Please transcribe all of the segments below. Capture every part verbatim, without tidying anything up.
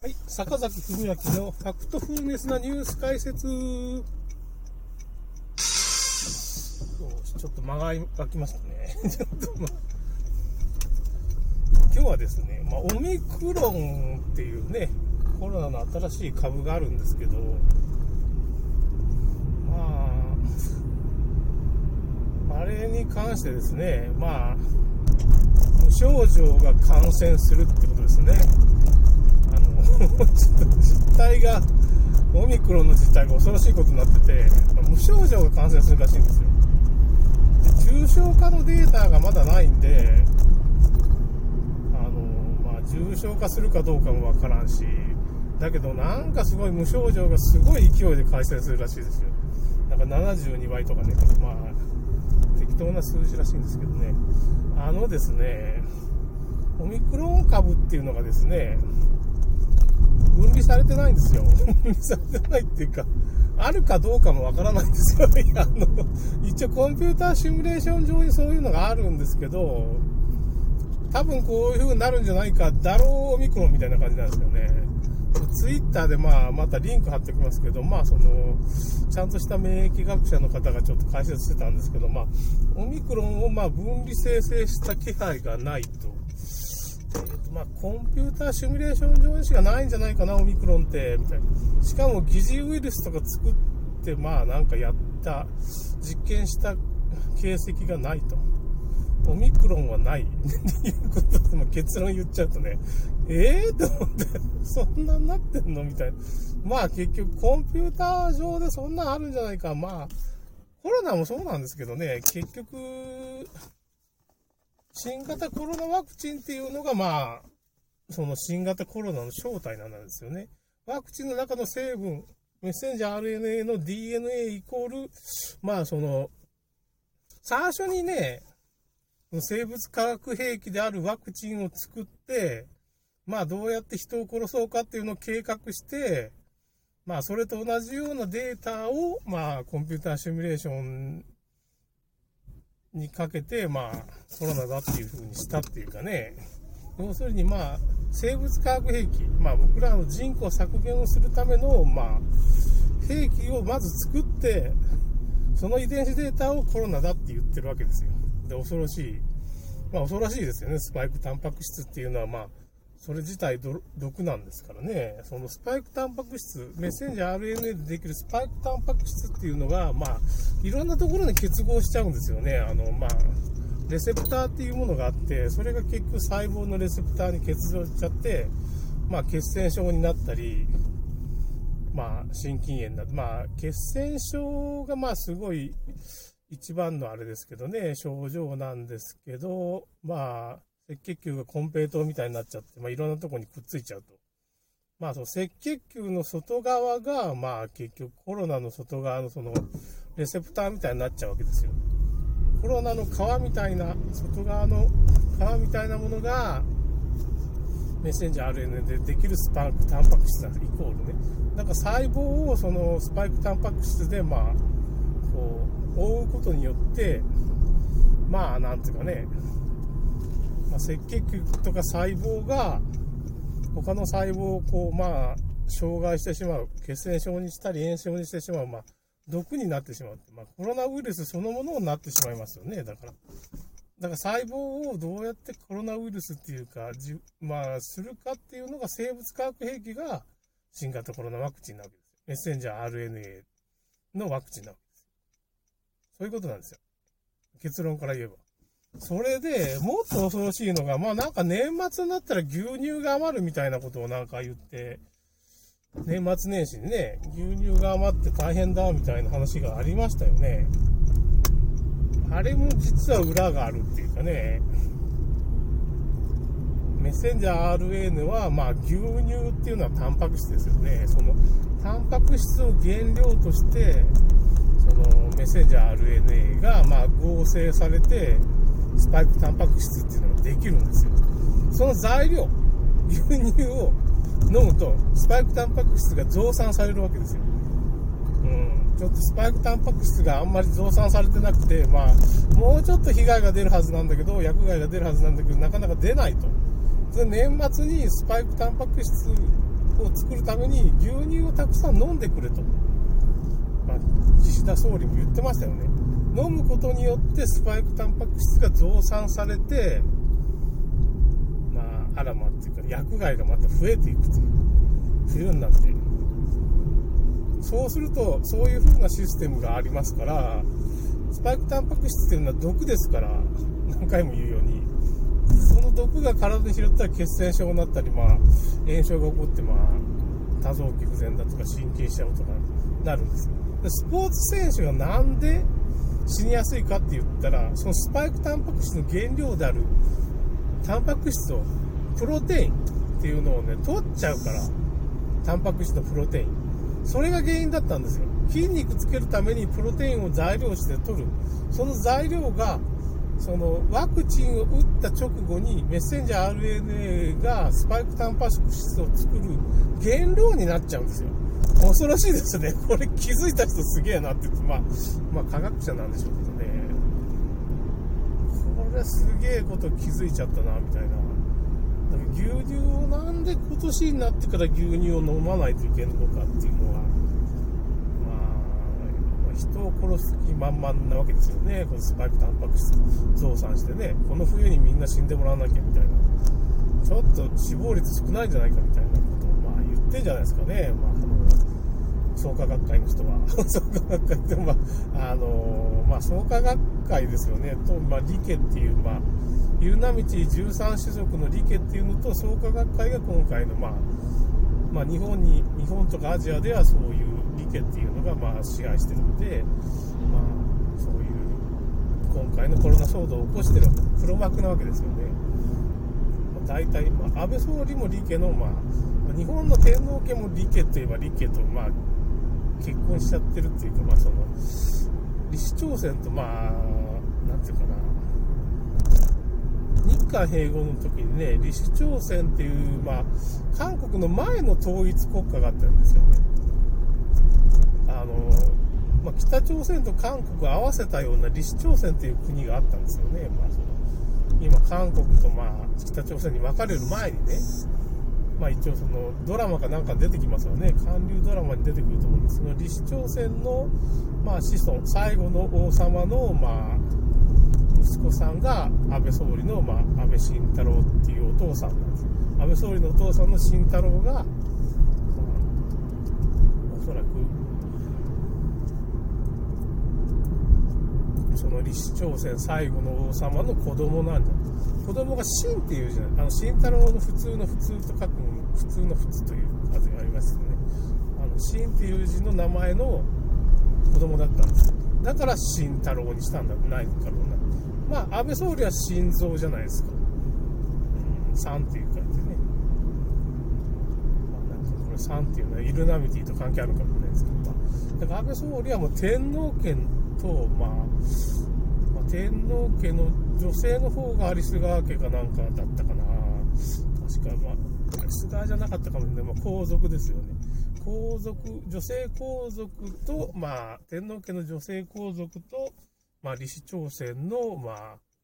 はい、坂崎文明のファクトフルネスなニュース解説。ちょっと間が空きましたね。ちょっと、ま、今日はですね、まあ、オミクロンっていうね、コロナの新しい株があるんですけど、まあ、あれに関してですね、まあ、無症状が感染するってことですね。あの、ちょっと実態が、オミクロンの実態が恐ろしいことになってて、無症状が感染するらしいんですよ。で、重症化のデータがまだないんで、あの、まあ、重症化するかどうかもわからんし、だけどなんかすごい無症状がすごい勢いで感染するらしいですよ。なんかななじゅうにばいとかね、まあ、適当な数字らしいんですけどね。あのですね、オミクロン株っていうのがですね、分離されてないんですよ。分離されてないっていうか、あるかどうかもわからないんですよ。いや、あの、一応コンピューターシミュレーション上にそういうのがあるんですけど、多分こういう風になるんじゃないか、だろうオミクロンみたいな感じなんですよね。ツイッターでまあ、またリンク貼っておきますけど、まあその、ちゃんとした免疫学者の方がちょっと解説してたんですけど、まあ、オミクロンをまあ分離生成した気配がないと。えーとまあ、コンピューターシミュレーション上にしかないんじゃないかな、オミクロンって、みたいな。しかも疑似ウイルスとか作って、まあなんかやった、実験した形跡がないと。オミクロンはないっていうことで、まあ、結論言っちゃうとね、えーと思って、そんなになってんのみたいな。まあ結局コンピューター上でそんなんあるんじゃないか。まあ、コロナもそうなんですけどね、結局、新型コロナワクチンっていうのがまあ、その新型コロナの正体なんですよね。ワクチンの中の成分、メッセンジャー アールエヌエー の ディーエヌエー イコール、まあその、最初にね、生物化学兵器であるワクチンを作って、まあどうやって人を殺そうかっていうのを計画して、まあそれと同じようなデータを、まあコンピューターシミュレーションにかけて、まあコロナだっていう風にしたっていうかね、要するにまあ生物化学兵器、まあ僕らの人口削減をするための、まあ兵器をまず作って、その遺伝子データをコロナだって言ってるわけですよ。で、恐ろしい。まあ恐ろしいですよね。スパイクタンパク質っていうのはまあ、それ自体毒なんですからね。そのスパイクタンパク質、メッセンジャー アールエヌエー でできるスパイクタンパク質っていうのが、まあ、いろんなところに結合しちゃうんですよね。あの、まあ、レセプターっていうものがあって、それが結局細胞のレセプターに結合しちゃって、まあ血栓症になったり、まあ心筋炎など、まあ血栓症がまあすごい、一番のあれですけどね、症状なんですけど、まあ、赤血球がコンペイトーみたいになっちゃって、まあいろんなところにくっついちゃうと。まあその赤血球の外側が、まあ結局コロナの外側のそのレセプターみたいになっちゃうわけですよ。コロナの皮みたいな、外側の皮みたいなものが、メッセンジャー アールエヌエー でできるスパイクタンパク質だ、イコールね。なんか細胞をそのスパイクタンパク質で、まあ、こう、覆うことによって、まあ、なんていうかね、まあ、赤血球とか細胞が、他の細胞をこう、まあ、障害してしまう、血栓症にしたり炎症にしてしまう、まあ、毒になってしまう。まあ、コロナウイルスそのものになってしまいますよね、だから。だから細胞をどうやってコロナウイルスっていうか、じまあ、するかっていうのが生物化学兵器が新型コロナワクチンなわけですよ。メッセンジャー アールエヌエー のワクチンなわけです。そういうことなんですよ。結論から言えば。それで、もっと恐ろしいのが、まあなんか年末になったら牛乳が余るみたいなことをなんか言って、年末年始にね、牛乳が余って大変だみたいな話がありましたよね。あれも実は裏があるっていうかね、メッセンジャー アールエヌ は、まあ牛乳っていうのはタンパク質ですよね。そのタンパク質を原料として、そのメッセンジャー アールエヌエー がまあ合成されてスパイクタンパク質っていうのができるんですよ。その材料、牛乳を飲むとスパイクタンパク質が増産されるわけですよ。うん、ちょっとスパイクタンパク質があんまり増産されてなくて、まあもうちょっと被害が出るはずなんだけど、薬害が出るはずなんだけど、なかなか出ないと。それ年末にスパイクタンパク質を作るために牛乳をたくさん飲んでくれと、まあ、岸田総理も言ってましたよね。飲むことによってスパイクタンパク質が増産されて、まあ、あらまっていうか薬害がまた増えていくという冬になって、そうするとそういう風なシステムがありますから、スパイクタンパク質っていうのは毒ですから、何回も言うようにその毒が体に拾ったら血栓症になったり、まあ、炎症が起こって、まあ、多臓器不全だとか心筋症とかなるんですよ。でスポーツ選手がなんで死にやすいかって言ったら、そのスパイクタンパク質の原料であるタンパク質を、プロテインっていうのをね取っちゃうから、タンパク質のプロテイン、それが原因だったんですよ。筋肉つけるためにプロテインを材料として取る、その材料がそのワクチンを打った直後にメッセンジャー アールエヌエー がスパイクタンパク質を作る原料になっちゃうんですよ。恐ろしいですね。これ気づいた人すげえなって言って、まあ、まあ科学者なんでしょうけどね。これすげえこと気づいちゃったなみたいな。だから牛乳をなんで今年になってから牛乳を飲まないといけないのかっていうのは、人を殺す気満々なわけですよね。このスパイクタンパク質増産してね、この冬にみんな死んでもらわなきゃみたいな、ちょっと死亡率少ないんじゃないかみたいなことをまあ言ってんじゃないですかね。まあ、あの創価学会の人は創価学会ってまああのまあ創価学会ですよねと、まあ、理家っていう、まあイルナ道じゅうさん種族の理家っていうのと創価学会が今回のまあまあ日本に日本とかアジアではそういう理家っていうのがまあ支配してるので、まあそういう今回のコロナ騒動を起こしてる黒幕なわけですよね。まあ、大体、まあ、安倍総理も理家の、まあ、日本の天皇家も理家といえば理家と、まあ、結婚しちゃってるっていうか、まあ、その李氏朝鮮と、まあなんていうかな、日韓併合の時にね、李氏朝鮮っていう、まあ、韓国の前の統一国家があったんですよね。あのまあ、北朝鮮と韓国を合わせたような李氏朝鮮っていう国があったんですよね。まあ、その今韓国と、まあ、北朝鮮に分かれる前にね、まあ、一応そのドラマかなんか出てきますよね。韓流ドラマに出てくると思うんです。その李氏朝鮮の、まあ、子孫最後の王様の、まあ、息子さんが安倍総理の、まあ、安倍晋太郎っていうお父さんなんです。安倍総理のお父さんの晋太郎が、まあ、おそらくその李氏朝鮮最後の王様の子供なんだ。子供が晋っていうじゃない、あの晋太郎の普通の普通と書く普通の普通という数がありますよね。あの晋っていう字の名前の子供だったんです。だから晋太郎にしたんだないかろうな。まあ安倍総理は心臓じゃないですか。うん、さんっていう感じでね。まあなんかこれさんっていうのはイルナミティと関係あるかもしれないですけど、まあ、だから安倍総理はもう天皇家と、まあ、まあ天皇家の女性の方が有栖川家かなんかだったかな。確かまあ有栖川じゃなかったかもしれない。まあ、皇族ですよね。皇族、女性皇族と、まあ天皇家の女性皇族と、まあ李氏朝鮮の、まあ、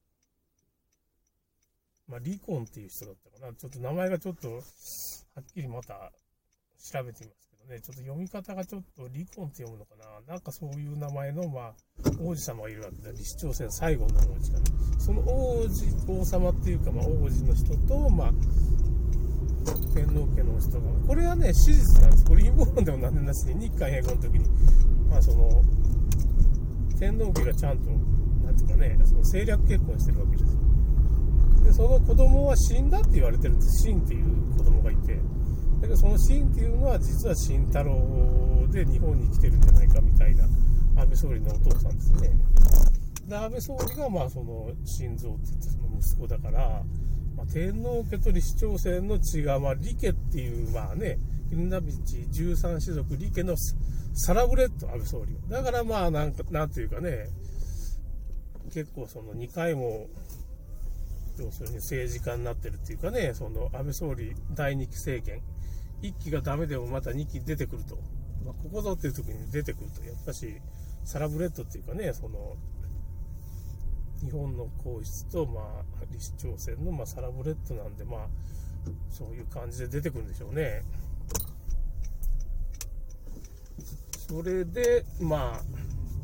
まあ離婚っていう人だったかな。ちょっと名前がちょっとはっきりまた調べてみますけどね。ちょっと読み方がちょっと離婚って読むのかな。なんかそういう名前の、まあ、王子様がいるわけだ。李氏朝鮮最後の王子かな。その王子、王様っていうか、まあ王子の人と、まあ、天皇家の人が、これはね、史実なんです。これ陰謀論でも何でもなしに、日韓併合の時に、まあその、天皇家がちゃんと、なんていうかね、その政略結婚してるわけです。で、その子供は死んだって言われてるんです。晋っていう子供がいて。だけどその晋っていうのは実は晋太郎で日本に来てるんじゃないかみたいな安倍総理のお父さんですね。で、安倍総理がまあその晋三って言ってその息子だから、まあ、天皇家と李氏朝鮮の血が、まあ、李家っていう、まあね、イルナビチじゅうさん種族李家のサラブレッド、安倍総理は。だからまあ、なんか、なんていうかね、結構そのにかいも、要するに政治家になってるっていうかね、その安倍総理だいにき政権、いっきがダメでもまたにき出てくると。まあ、ここぞっていう時に出てくると、やっぱし、サラブレッドっていうかね、その、日本の皇室と、まあ、李氏朝鮮の、まあ、サラブレッドなんで、まあ、そういう感じで出てくるんでしょうね。 それで、まあ、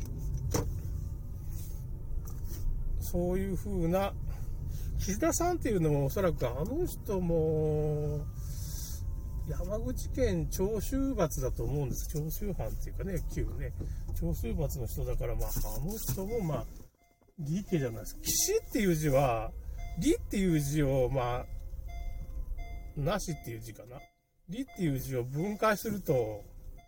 そういうふうな、岸田さんっていうのもおそらくあの人も、山口県長州閥だと思うんです。長州藩っていうかね、旧ね、長州閥の人だから、まあ、あの人も、まあ、李家じゃないですか。岸っていう字は、李っていう字を、まあ、なしっていう字かな。李っていう字を分解すると、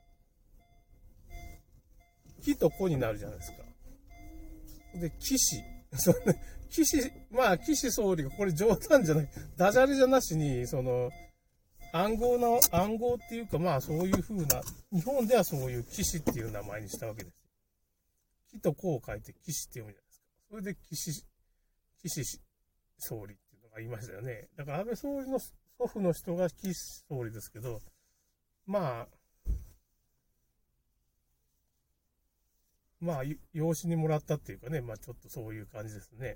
木と子になるじゃないですか。で、岸。その岸、まあ、岸総理が、これ冗談じゃない、ダジャレじゃなしに、その、暗号の、暗号っていうか、まあ、そういう風な、日本ではそういう岸っていう名前にしたわけです。木と子を書いて岸って読むじゃないですか。それで岸、岸総理っていうのが言いましたよね。だから安倍総理の祖父の人が岸総理ですけど、まあ、まあ、養子にもらったっていうかね、まあちょっとそういう感じですね。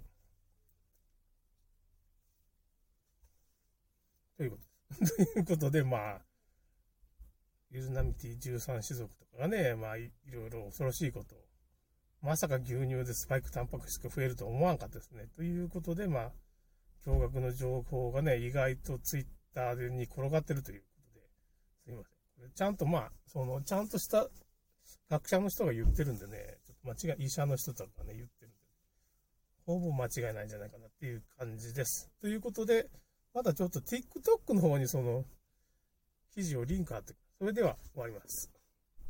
ということです。ということで、まあ、ユーズナミティじゅうさん種族とかがね、まあいろいろ恐ろしいことを、まさか牛乳でスパイクタンパク質が増えると思わんかったですね。ということで、まあ、驚愕の情報がね、意外とツイッターに転がってるということで、すいません。ちゃんとまあ、その、ちゃんとした学者の人が言ってるんでね、ちょっと間違い、医者の人とかね、言ってるんで、ほぼ間違いないんじゃないかなっていう感じです。ということで、まだちょっと TikTok の方にその、記事をリンク貼って、それでは終わります。